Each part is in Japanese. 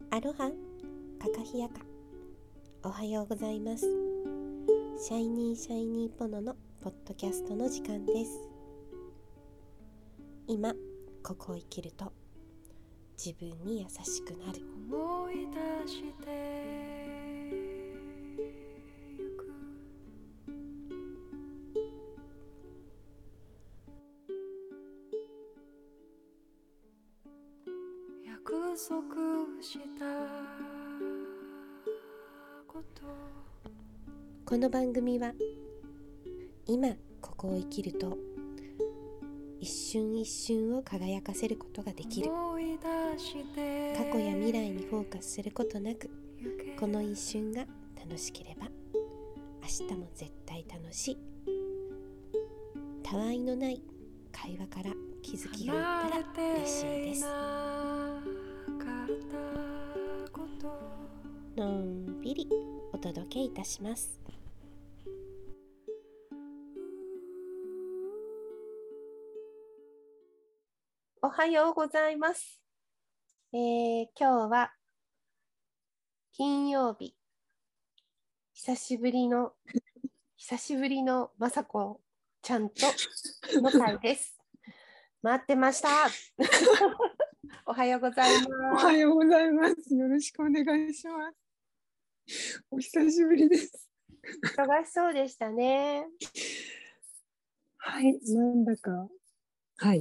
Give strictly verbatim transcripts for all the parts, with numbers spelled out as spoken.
アロハ、カカヒヤカ、おはようございます。シャイニーシャイニーポノのポッドキャストの時間です。今ここを生きると自分に優しくなる。思い出してゆく。約束したこと。この番組は今ここを生きると一瞬一瞬を輝かせることができる。過去や未来にフォーカスすることなく、この一瞬が楽しければ明日も絶対楽しい。たわいのない会話から気づきがあったら嬉しいです。のんびりお届けいたします。おはようございます。えー、今日は金曜日、久しぶりの久しぶりのまさこちゃんとの会です。待ってました。おはようございます。 おはようございます。よろしくお願いします。お久しぶりです。 忙しそうでしたね。 はい、なんだか、はい、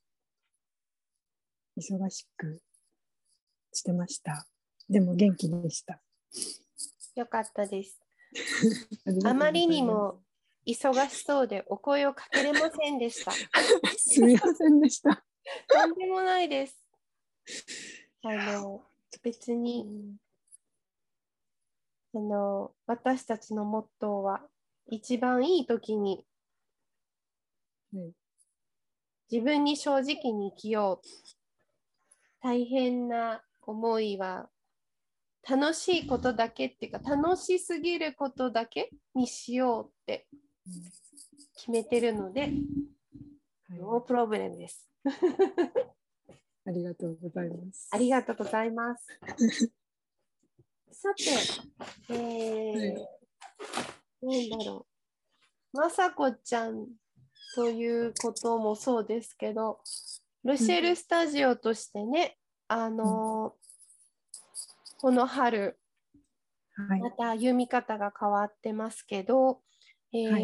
忙しくしてました。でも元気でした。 よかったです。あまりにも忙しそうでお声をかけれませんでした。 すみませんでした。 とんでもないです。あの別にあの私たちのモットーは一番いい時に自分に正直に生きよう。大変な思いは楽しいことだけっていうか、楽しすぎることだけにしようって決めてるので、はい、ノープロブレムです。 ありがとうございます。 ありがとうございます。さて、えー、はい、なんだろう。まさこちゃんということもそうですけど、ルシェルスタジオとしてね、うん、あの、うん、この春、はい、また読み方が変わってますけど、えー、はい、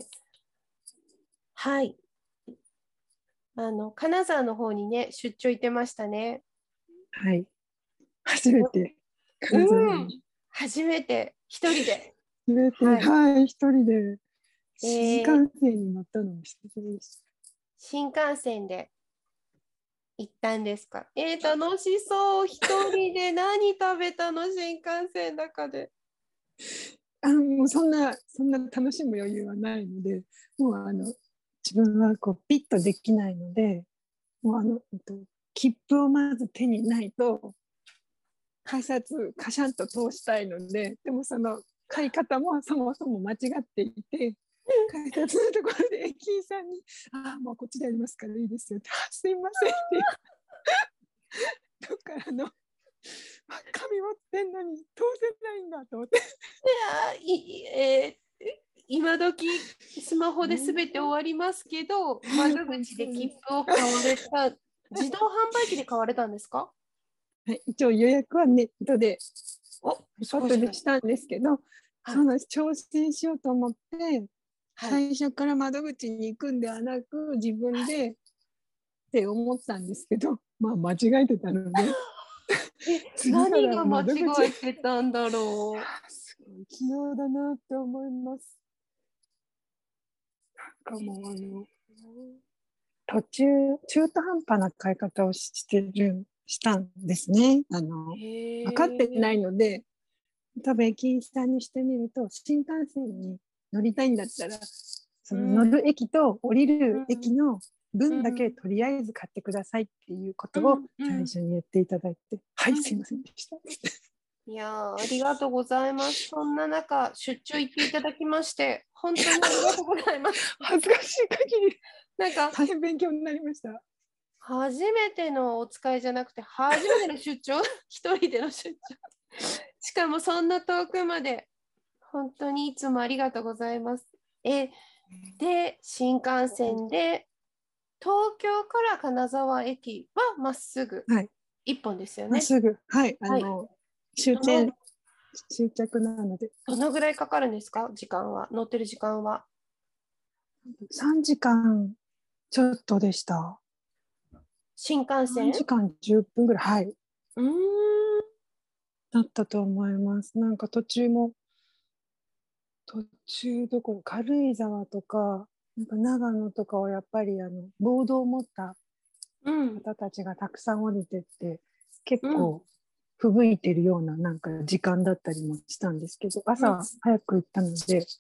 はい、あの金沢の方にね出張行ってましたね。 はい、初めて。 うん、初めて一人で。 初めて、はい、はい、一人で新幹線に乗ったのも久しぶりです。 新幹線で行ったんですか。えー、楽しそう。一人で何食べたの、新幹線の中で。 あのもうそんなそんな楽しむ余裕はないので、もうあの自分はこうピッとできないので、もうあの切符をまず手にないと改札カシャンと通したいので、でもその買い方もそもそも間違っていて、改札のところで駅員さんに「ああもうこっちでありますからいいですよ」って「すいません」ってどっからの紙持ってんのに通せないんだと思って。 いや、えー、今時スマホで全て終わりますけど、窓口で切符を買われた、自動販売機で買われたんですか？ はい、一応予約はネットで外でしたんですけど、その挑戦しようと思って、はい、最初から窓口に行くんではなく自分でって思ったんですけど、まあ間違えてたのでえ何が間違えてたんだろう。すごい器用だなって思います。なんかもうあの途中中途半端な買い方をしてるしたんですね。あの分かってないので、多分駅員さんにしてみると、新幹線に乗りたいんだったらその乗る駅と降りる駅の分だけとりあえず買ってくださいっていうことを最初に言っていただいて、うんうん、はいすいませんでした。 いやありがとうございます。そんな中出張行っていただきまして本当にありがとうございます。 恥ずかしい限りなんか大変勉強になりました。 初めてのお使いじゃなくて初めての出張一人での出張しかもそんな遠くまで本当にいつもありがとうございます。えで新幹線で東京から金沢駅はまっすぐ一本ですよね。 まっすぐ、はい、あの、はい、終点終着なので。 どのぐらいかかるんですか？時間は、乗ってる時間は。 さんじかんちょっとでした。 新幹線？ さんじかんじゅっぷんぐらい、はい。 うーん。 だったと思います。なんか途中も、途中どころ、軽井沢とか、なんか長野とかはやっぱりあのボードを持った方たちがたくさん降りてって、うん、結構吹雪いてるようななんか時間だったりもしたんですけど、朝早く行ったので、うん、だ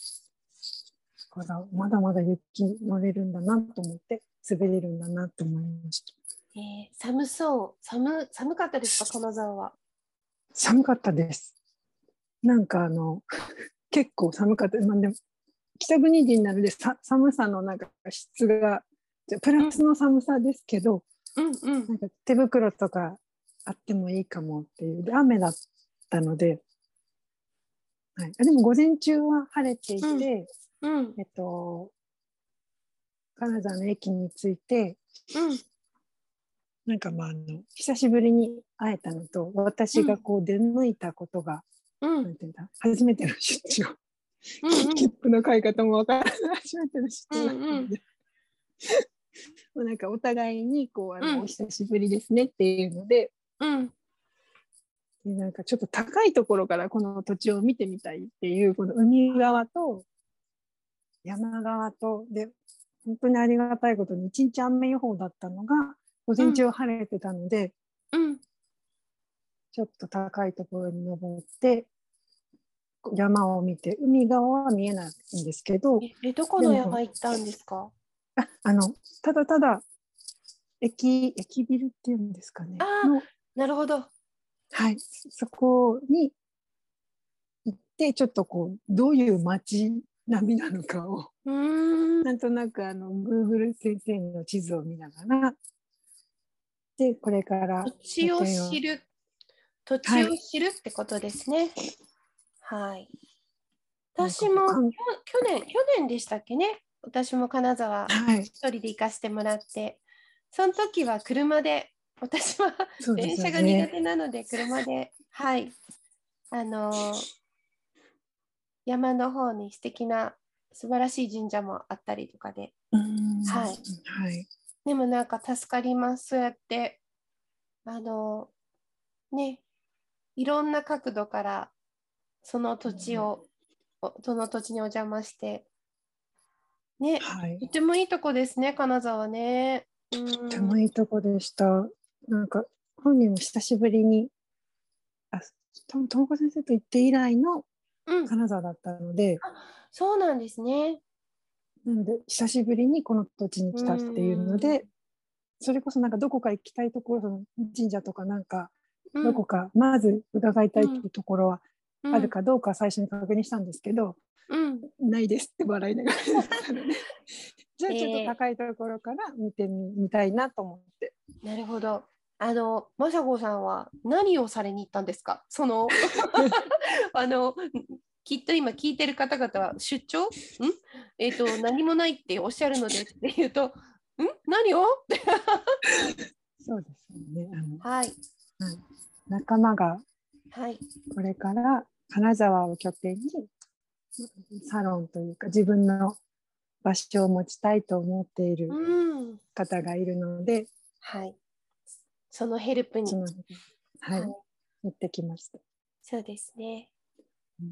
からまだまだ雪乗れるんだなと思って、滑れるんだなと思いました。 えー、寒そう。寒、寒かったですか、金沢は。 寒かったです。なんかあの、結構寒かった。まあ、でも北国人なのでさ寒さのなんか質がプラスの寒さですけど、 うんうん、 なんか手袋とかあってもいいかもっていうで雨だったので、はい、でも午前中は晴れていて、 うんうん、 えっと金沢の駅に着いて、 うん、なんかまああの久しぶりに会えたのと、私がこう出向いたことが、うん、なんていうんだ、初めての出張。うんうん、切符の買い方もわからない初めての出張だったので、うんうん、もうなんかお互いにこうあの、うん、お久しぶりですねっていうので、うん、でなんかちょっと高いところからこの土地を見てみたいっていうこの海側と山側とで、本当にありがたいことに一日雨予報だったのが午前中は晴れてたので、うん、ちょっと高いところに登って山を見て、海側は見えないんですけど。 え、どこの山行ったんですか？ あ、あの、ただただ、駅、駅ビルっていうんですかね。 あの、なるほど。 はい。そこに行って、ちょっとこう、どういう街並みなのかを、うんなんとなく、あの、Google 先生の地図を見ながら、で、これから。 土地を知る。土地を知るってことですね。はい。はい、私も去年、去年でしたっけね。私も金沢一人で行かせてもらって、はい、その時は車で、私は電車が苦手なので車で、はい、あの山の方に素敵な素晴らしい神社もあったりとかで、はい、はい、でもなんか助かります。そうやってあのね、いろんな角度からその土地を、うん、その土地にお邪魔して。ね、はい、とてもいいとこですね、金沢ね。 うん、とてもいいとこでした。なんか本人も久しぶりに、あ、ともこ先生と行って以来の金沢だったので、うん、 そうなんですね。 なので久しぶりにこの土地に来たっていうので、それこそなんかどこか行きたいところ、その神社とかなんかどこかまず伺いたいっていうところはあるかどうか最初に確認したんですけど、うん、ないですって笑いながらじゃあちょっと高いところから見てみたいなと思って、 えー、なるほど。あのまさこさんは何をされに行ったんですか？そのあのきっと今聞いてる方々は出張ん、えー、と何もないっておっしゃるのでって言うとん何をそうですよね。あの、 はい、 はい、仲間がこれから金沢を拠点にサロンというか自分の場所を持ちたいと思っている方がいるので、うん、 はい、そのヘルプに、 はい、はい、行ってきました。 そうですね。うん、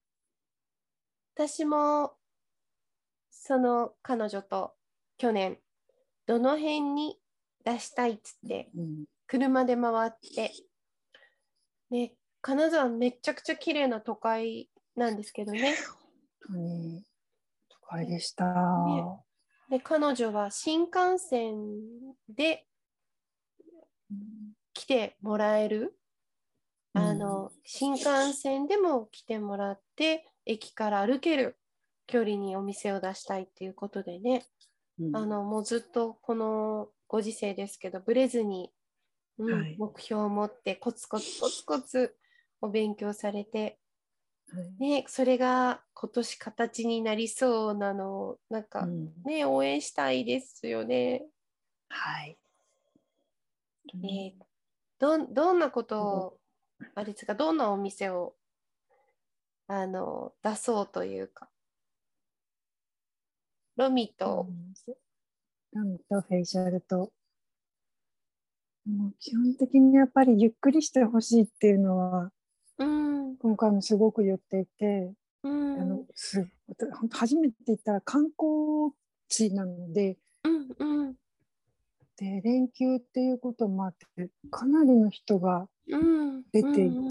私もその彼女と去年どの辺に出したいっつって車で回って、うん、ね、金沢めちゃくちゃ綺麗な都会なんですけどね。 本当に都会でした。 ね、で彼女は新幹線で来てもらえる、うん、あの新幹線でも来てもらって駅から歩ける距離にお店を出したいっていうことでね、うん、あのもうずっとこのご時世ですけど、ブレずに、うん、はい、目標を持ってコツコツコツコツお勉強されて、はい、ね、それが今年形になりそうなのをなんかね、うん、応援したいですよね。 はい。 えー、ど, どんなことを、あれですか、どんなお店をあの出そうというか、ロミと、 ロミとフェイシャルと、もう基本的にやっぱりゆっくりしてほしいっていうのは、うん、今回もすごく言っていて、うん、あのす本当初めて行ったら観光地なので、うんうん、で連休っていうこともあってかなりの人が出ていて、うんうんうん、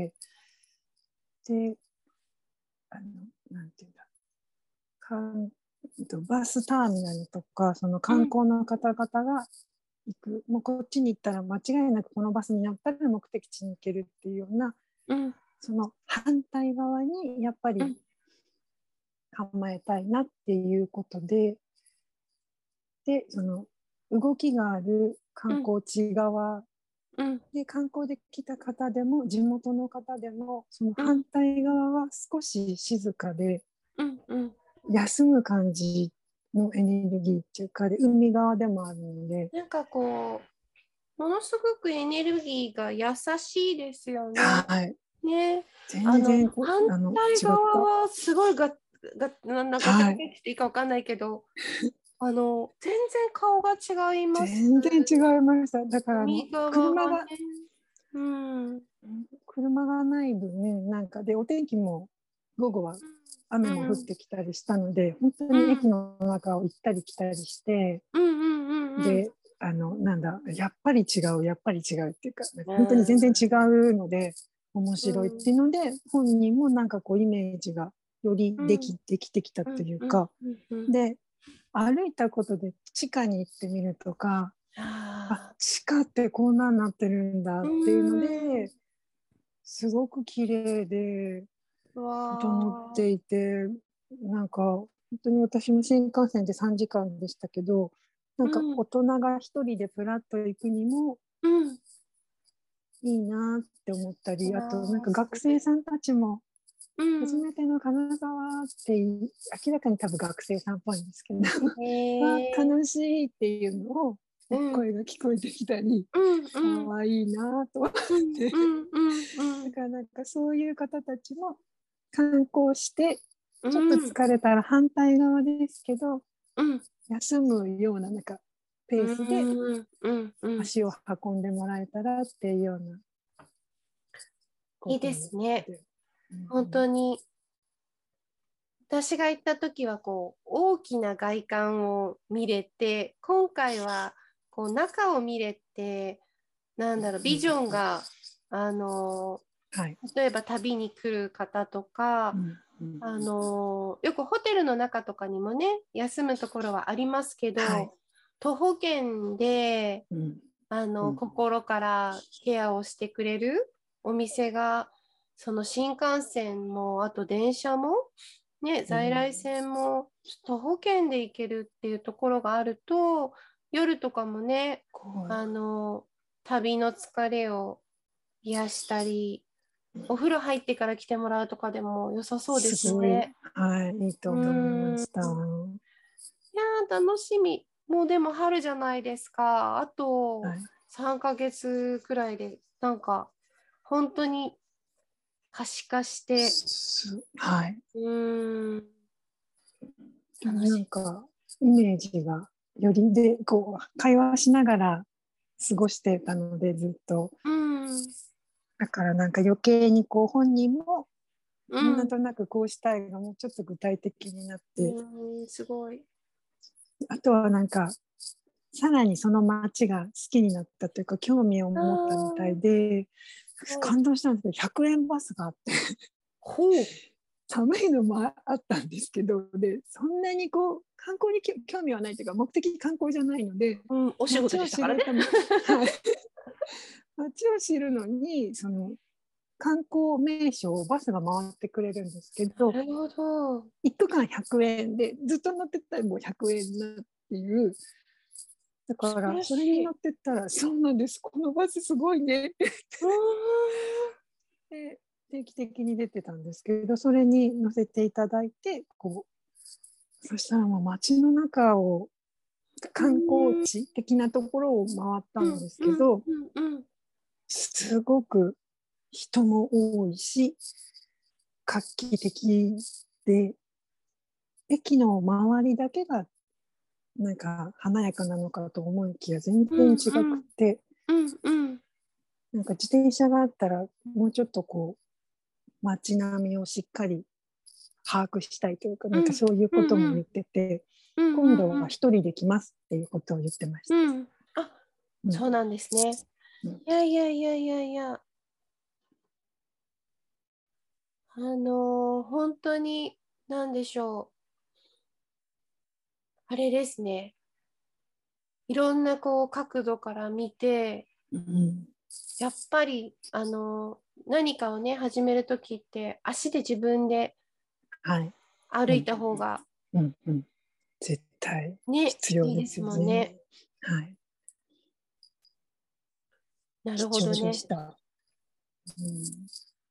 であのなんていうんだかんバスターミナルとかその観光の方々が行く、うん、もうこっちに行ったら間違いなくこのバスに乗ったら目的地に行けるっていうような、うん、その反対側にやっぱり構えたいなっていうことで、でその動きがある観光地側、うん、で観光で来た方でも地元の方でもその反対側は少し静かで、うんうん、休む感じのエネルギーっていうかで海側でもあるので、 なんかこうものすごくエネルギーが優しいですよね。 はい。 ね、 全然反対側はすごいががなんかガっていいか分かんないけど、はい、あの全然顔が違います。 全然違いました。だからあの車が、ね、 うん、 車がない分なんかでお天気も午後は雨も降ってきたりしたので、うん、本当に駅の中を行ったり来たりして、うん、であのなんだやっぱり違うやっぱり違うっていうか本当に全然違うので面白いっていうので、うん、本人もなんかこうイメージがよりでき、うん、できてきたというか、で歩いたことで地下に行ってみるとか、あ地下ってこんなになってるんだっていうので、すごく綺麗で整っていて、なんか本当に私も新幹線でさんじかんでしたけど、なんか大人が一人でプラッと行くにもいいなって思ったり、あとなんか学生さんたちも初めての金沢って明らかに多分学生さんっぽいんですけど、楽しいっていうのを声が聞こえてきたり、かわいいなと思って、だからなんかそういう方たちも観光してちょっと疲れたら反対側ですけど、休むようななんかペースで足を運んでもらえたらっていうような。 いいですね。本当に私が行った時はこう大きな外観を見れて、今回はこう中を見れて、なんだろうビジョンが、あの、はい、例えば旅に来る方とか、うんうん、あのよくホテルの中とかにもね休むところはありますけど、はい、徒歩圏で、うん、あの、うん、心からケアをしてくれるお店がその新幹線もあと電車もね、在来線も徒歩圏で行けるっていうところがあると、夜とかもね、あの旅の疲れを癒したり、お風呂入ってから来てもらうとかでも良さそうですね。 すはい、いいと思いました。いやー、楽しみ。もうでも春じゃないですか。あとさんかげつくらいで、なんか本当に可視化して、 はい。 うーん。 なんかイメージがよりでこう会話しながら過ごしてたのでずっと、うん、だからなんか余計にこう本人もなんとなくこうしたいがもうちょっと具体的になって、 うん、すごい。 あとはなんかさらにその街が好きになったというか興味を持ったみたいで感動したんですけどひゃくえんバスがあってほう寒いのもあったんですけど、でそんなにこう観光に興味はないというか目的観光じゃないので、 うん、お仕事でしたからね。 はい、街を知るのにその観光名所をバスが回ってくれるんですけど、 なるほど。 いっぷかんひゃくえんでずっと乗ってたらもうひゃくえんなっていうだからそれに乗ってったら、そうなんです、このバスすごいねで定期的に出てたんですけど、それに乗せていただいて、こうそしたらもう街の中を観光地的なところを回ったんですけど、すごく人も多いし画期的で、駅の周りだけがなんか華やかなのかと思いきや全然違くて、なんか自転車があったらもうちょっとこう街並みをしっかり把握したいというか、なんかそういうことも言ってて、今度は一人で来ますっていうことを言ってました。 うん、あ、うん、そうなんですね。うん、いやいやいやいやいや、あのー、本当に何でしょう、あれですね。いろんなこう角度から見て、うん、やっぱりあの何かをね始めるときって足で自分で歩いた方が、 はい、うんうんうん、絶対必要ですよね。 ね、いいですもんね。 はい。 なるほどね。 うん、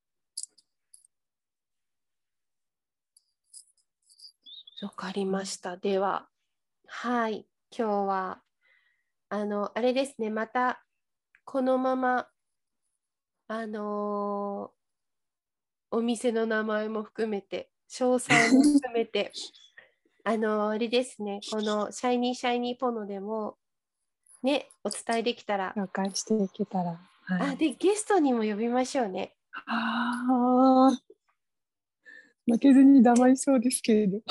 わかりました。では、はい、今日はあのあれですね。またこのままあのー、お店の名前も含めて詳細も含めてあのー、あれですね。このシャイニーシャイニーポノでもね、お伝えできたら。 紹介していけたら。 はい、あ、で、ゲストにも呼びましょうね。 ああ。負けずに黙りそうですけれど。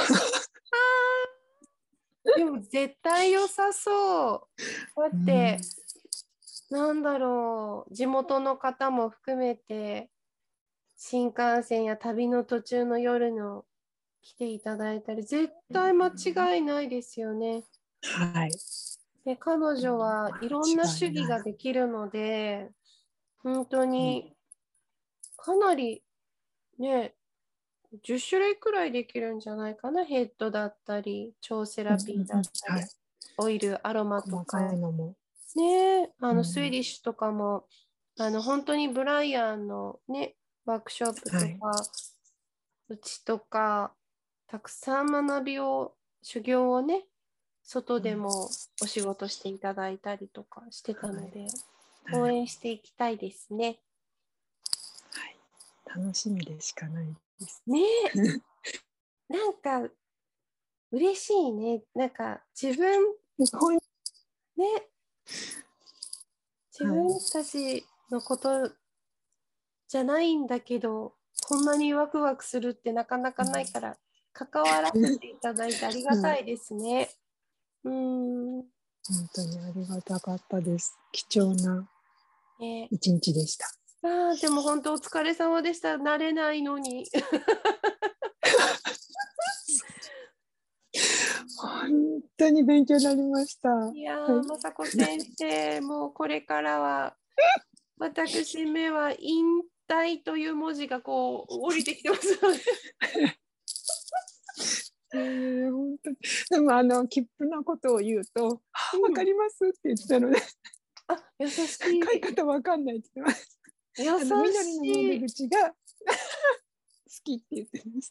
でも絶対良さそう。だって、うん、なんだろう、地元の方も含めて、新幹線や旅の途中の夜の来ていただいたり、絶対間違いないですよね。 はい。 で、彼女はいろんな主義ができるので、本当にかなりね、じゅっ種類くらいできるんじゃないかな。ヘッドだったり、超セラピーだったり、うんうん、はい、オイル、アロマとか。ね、あの、スウェディッシュとかも、あの、本当にブライアンのね、ワークショップとか、はい、うちとか、たくさん学びを、修行をね、外でもお仕事していただいたりとかしてたので、はい、応援していきたいですね。 はい、楽しみでしかないです。 ねなんか、嬉しいね。なんか、自分、ね、自分たちのことじゃないんだけど、こんなにワクワクするってなかなかないから、関わらせていただいてありがたいですね。うん。 本当にありがたかったです。貴重な一日でした。 ね、ああ、でも本当お疲れ様でした。慣れないのに。 本当に勉強になりました。 いやー、まさこ先生、もうこれからは、私めは引退という文字がこう降りてきてますので。 えー、本当にでもあの切符のことを言うと「あ、分かります」って言ってたので、 あ、優しい。 買い方分かんないって言ってます。 優しい。 あの緑の窓口が好きって言ってました。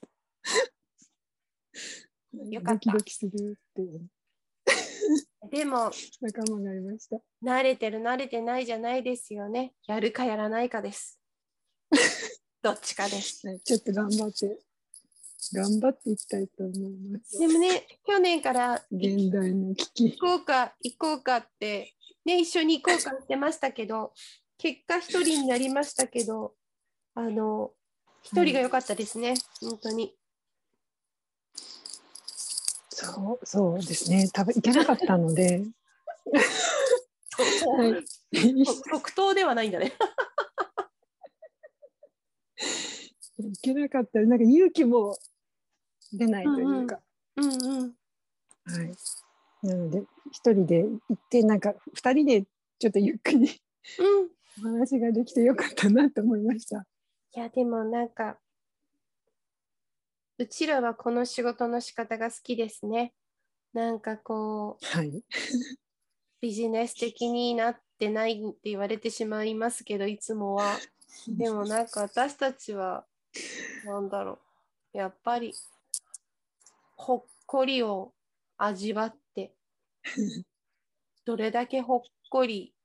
よかった。ドキドキするって。 でも仲間がいました。 慣れてる慣れてないじゃないですよね。やるかやらないかです。どっちかです。 ちょっと頑張って頑張っていきたいと思います。 でもね、去年から現代の危機行こうか行こうかってね、一緒に行こうかってましたけど、結果一人になりましたけど、あの一人が良かったですね、うん、本当に。 そうそうですね。多分行けなかったので。 はい、即答ではないんだね。 行けなかったらなんか勇気も出ないというか。 うんうんうんうん、 はい。なので一人で行ってなんか二人でちょっとゆっくり、うん、お話ができてよかったなと思いました。 いやでもなんかうちらはこの仕事の仕方が好きですね。なんかこう、 はい、 ビジネス的になってないって言われてしまいますけど、いつもは。でもなんか私たちは、なんだろう、やっぱりほっこりを味わって、どれだけほっこり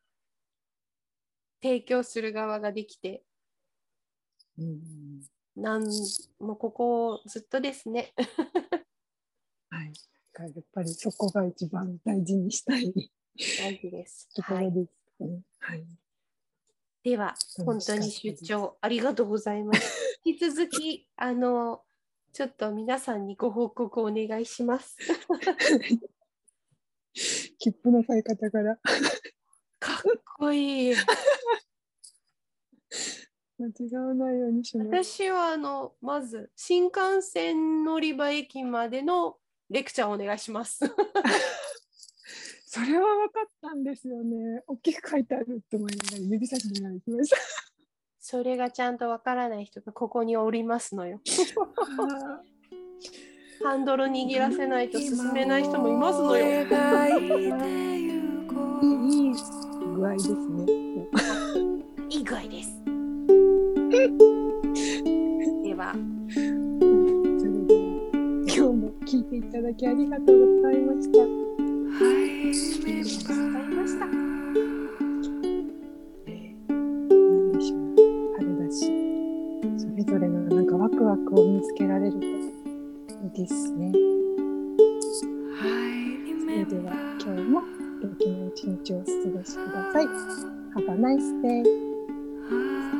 提供する側ができて、 うん、 なんもうここずっとですね。 はい。やっぱりそこが一番大事にしたい大事です。 ところですね。はい。 では、本当に出張ありがとうございます。引き続き、あの、ちょっと皆さんにご報告お願いします。 切符の買い方から。 かっこいい。 間違わないようにします。 私は、あの、まず、新幹線乗り場駅までのレクチャーをお願いします。 それは分かったんですよね。大きく書いてあると思いながら指差しながら行きました。 それがちゃんとわからない人がここにおりますのよ。ハンドル握らせないと進めない人もいますのよ。いい具合ですね。 いい具合です。では、 それでは今日も聞いていただきありがとうございました。 ありがとうございました。 えー、何でしょう。春だし、それぞれのなんかワクワクを見つけられるといいですね。それでは今日も素敵な一日をお過ごしください。Have a nice day.